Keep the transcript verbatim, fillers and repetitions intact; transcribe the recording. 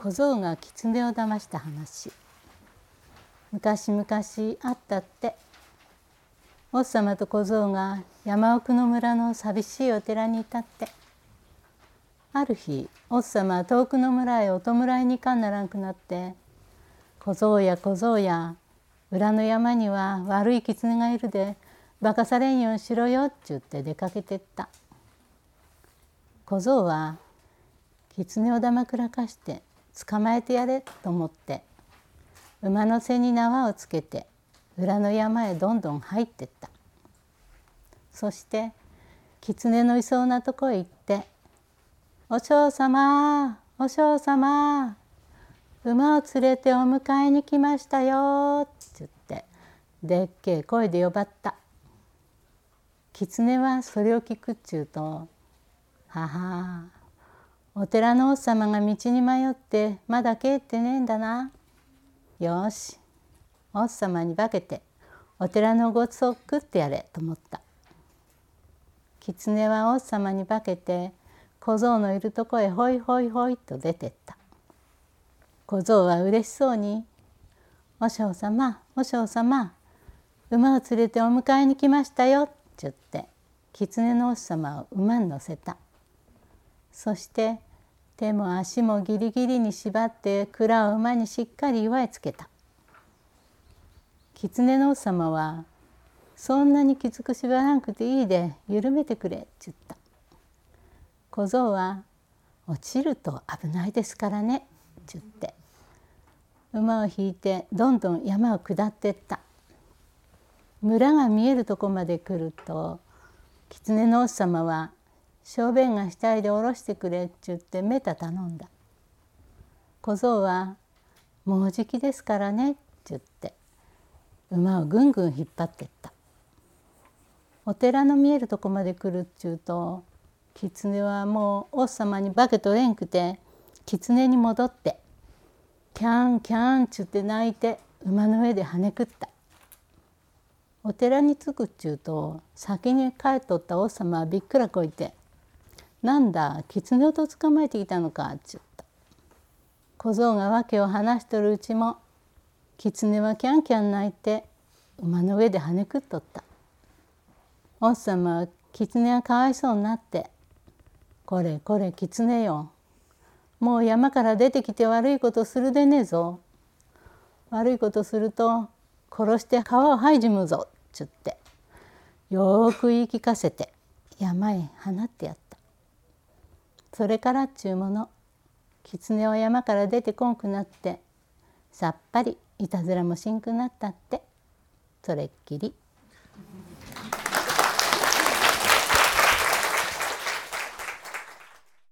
小僧が狐を騙した話。昔々あったって。おっさまと小僧が山奥の村の寂しいお寺にいたって。ある日おっさまは遠くの村へお弔いに行かんならんくなって、小僧や小僧や、裏の山には悪い狐がいるで化かされんようにしろよっちゅって出かけてった。小僧は狐をだまくらかして捕まえてやれと思って馬の背に縄をつけて裏の山へどんどん入ってった。そして狐のいそうなとこへ行って「お嬢様、お嬢様、馬を連れてお迎えに来ましたよ」って言ってでっけえ声で呼ばった。狐はそれを聞くっちゅうと「ははお寺の王様が道に迷ってまだ帰ってねえんだな。よし王様に化けてお寺のごちそう食ってやれ」と思った。狐は王様に化けて小僧のいるとこへほいほいほいと出てった。小僧はうれしそうに「お嬢様、お嬢様、馬を連れてお迎えに来ましたよ」って言って狐の王様を馬に乗せた。そして手も足もギリギリに縛って蔵を馬にしっかり祝いつけた。狐の王様は「そんなにきつく縛らなくていいで緩めてくれ」って言った。小僧は「落ちると危ないですからね」って言って馬を引いてどんどん山を下っていった。村が見えるとこまで来ると狐の王様は小便がしたいで下ろしてくれって言ってめた頼んだ。小僧は「もうじきですからね」って言って馬をぐんぐん引っ張っていった。お寺の見えるとこまで来るっちゅうと狐はもう王様に化けとれんくて狐に戻ってキャンキャンっちゅって泣いて馬の上で跳ねくった。お寺に着くっちゅうと先に帰っとった王様はびっくらこいて「なんだ狐をと捕まえてきたのか」っちゅった。小僧が訳を話しとるうちも狐はキャンキャン泣いて馬の上で跳ねくっとった。王様は狐がかわいそうになって「これこれ狐よ、もう山から出てきて悪いことするでねえぞ。悪いことすると殺して皮を剥いじむぞ」っちゅってよく言い聞かせて山へ放ってやった。それからっちゅうもの狐は山から出てこんくなってさっぱりいたずらもしんくなったって。それっきり。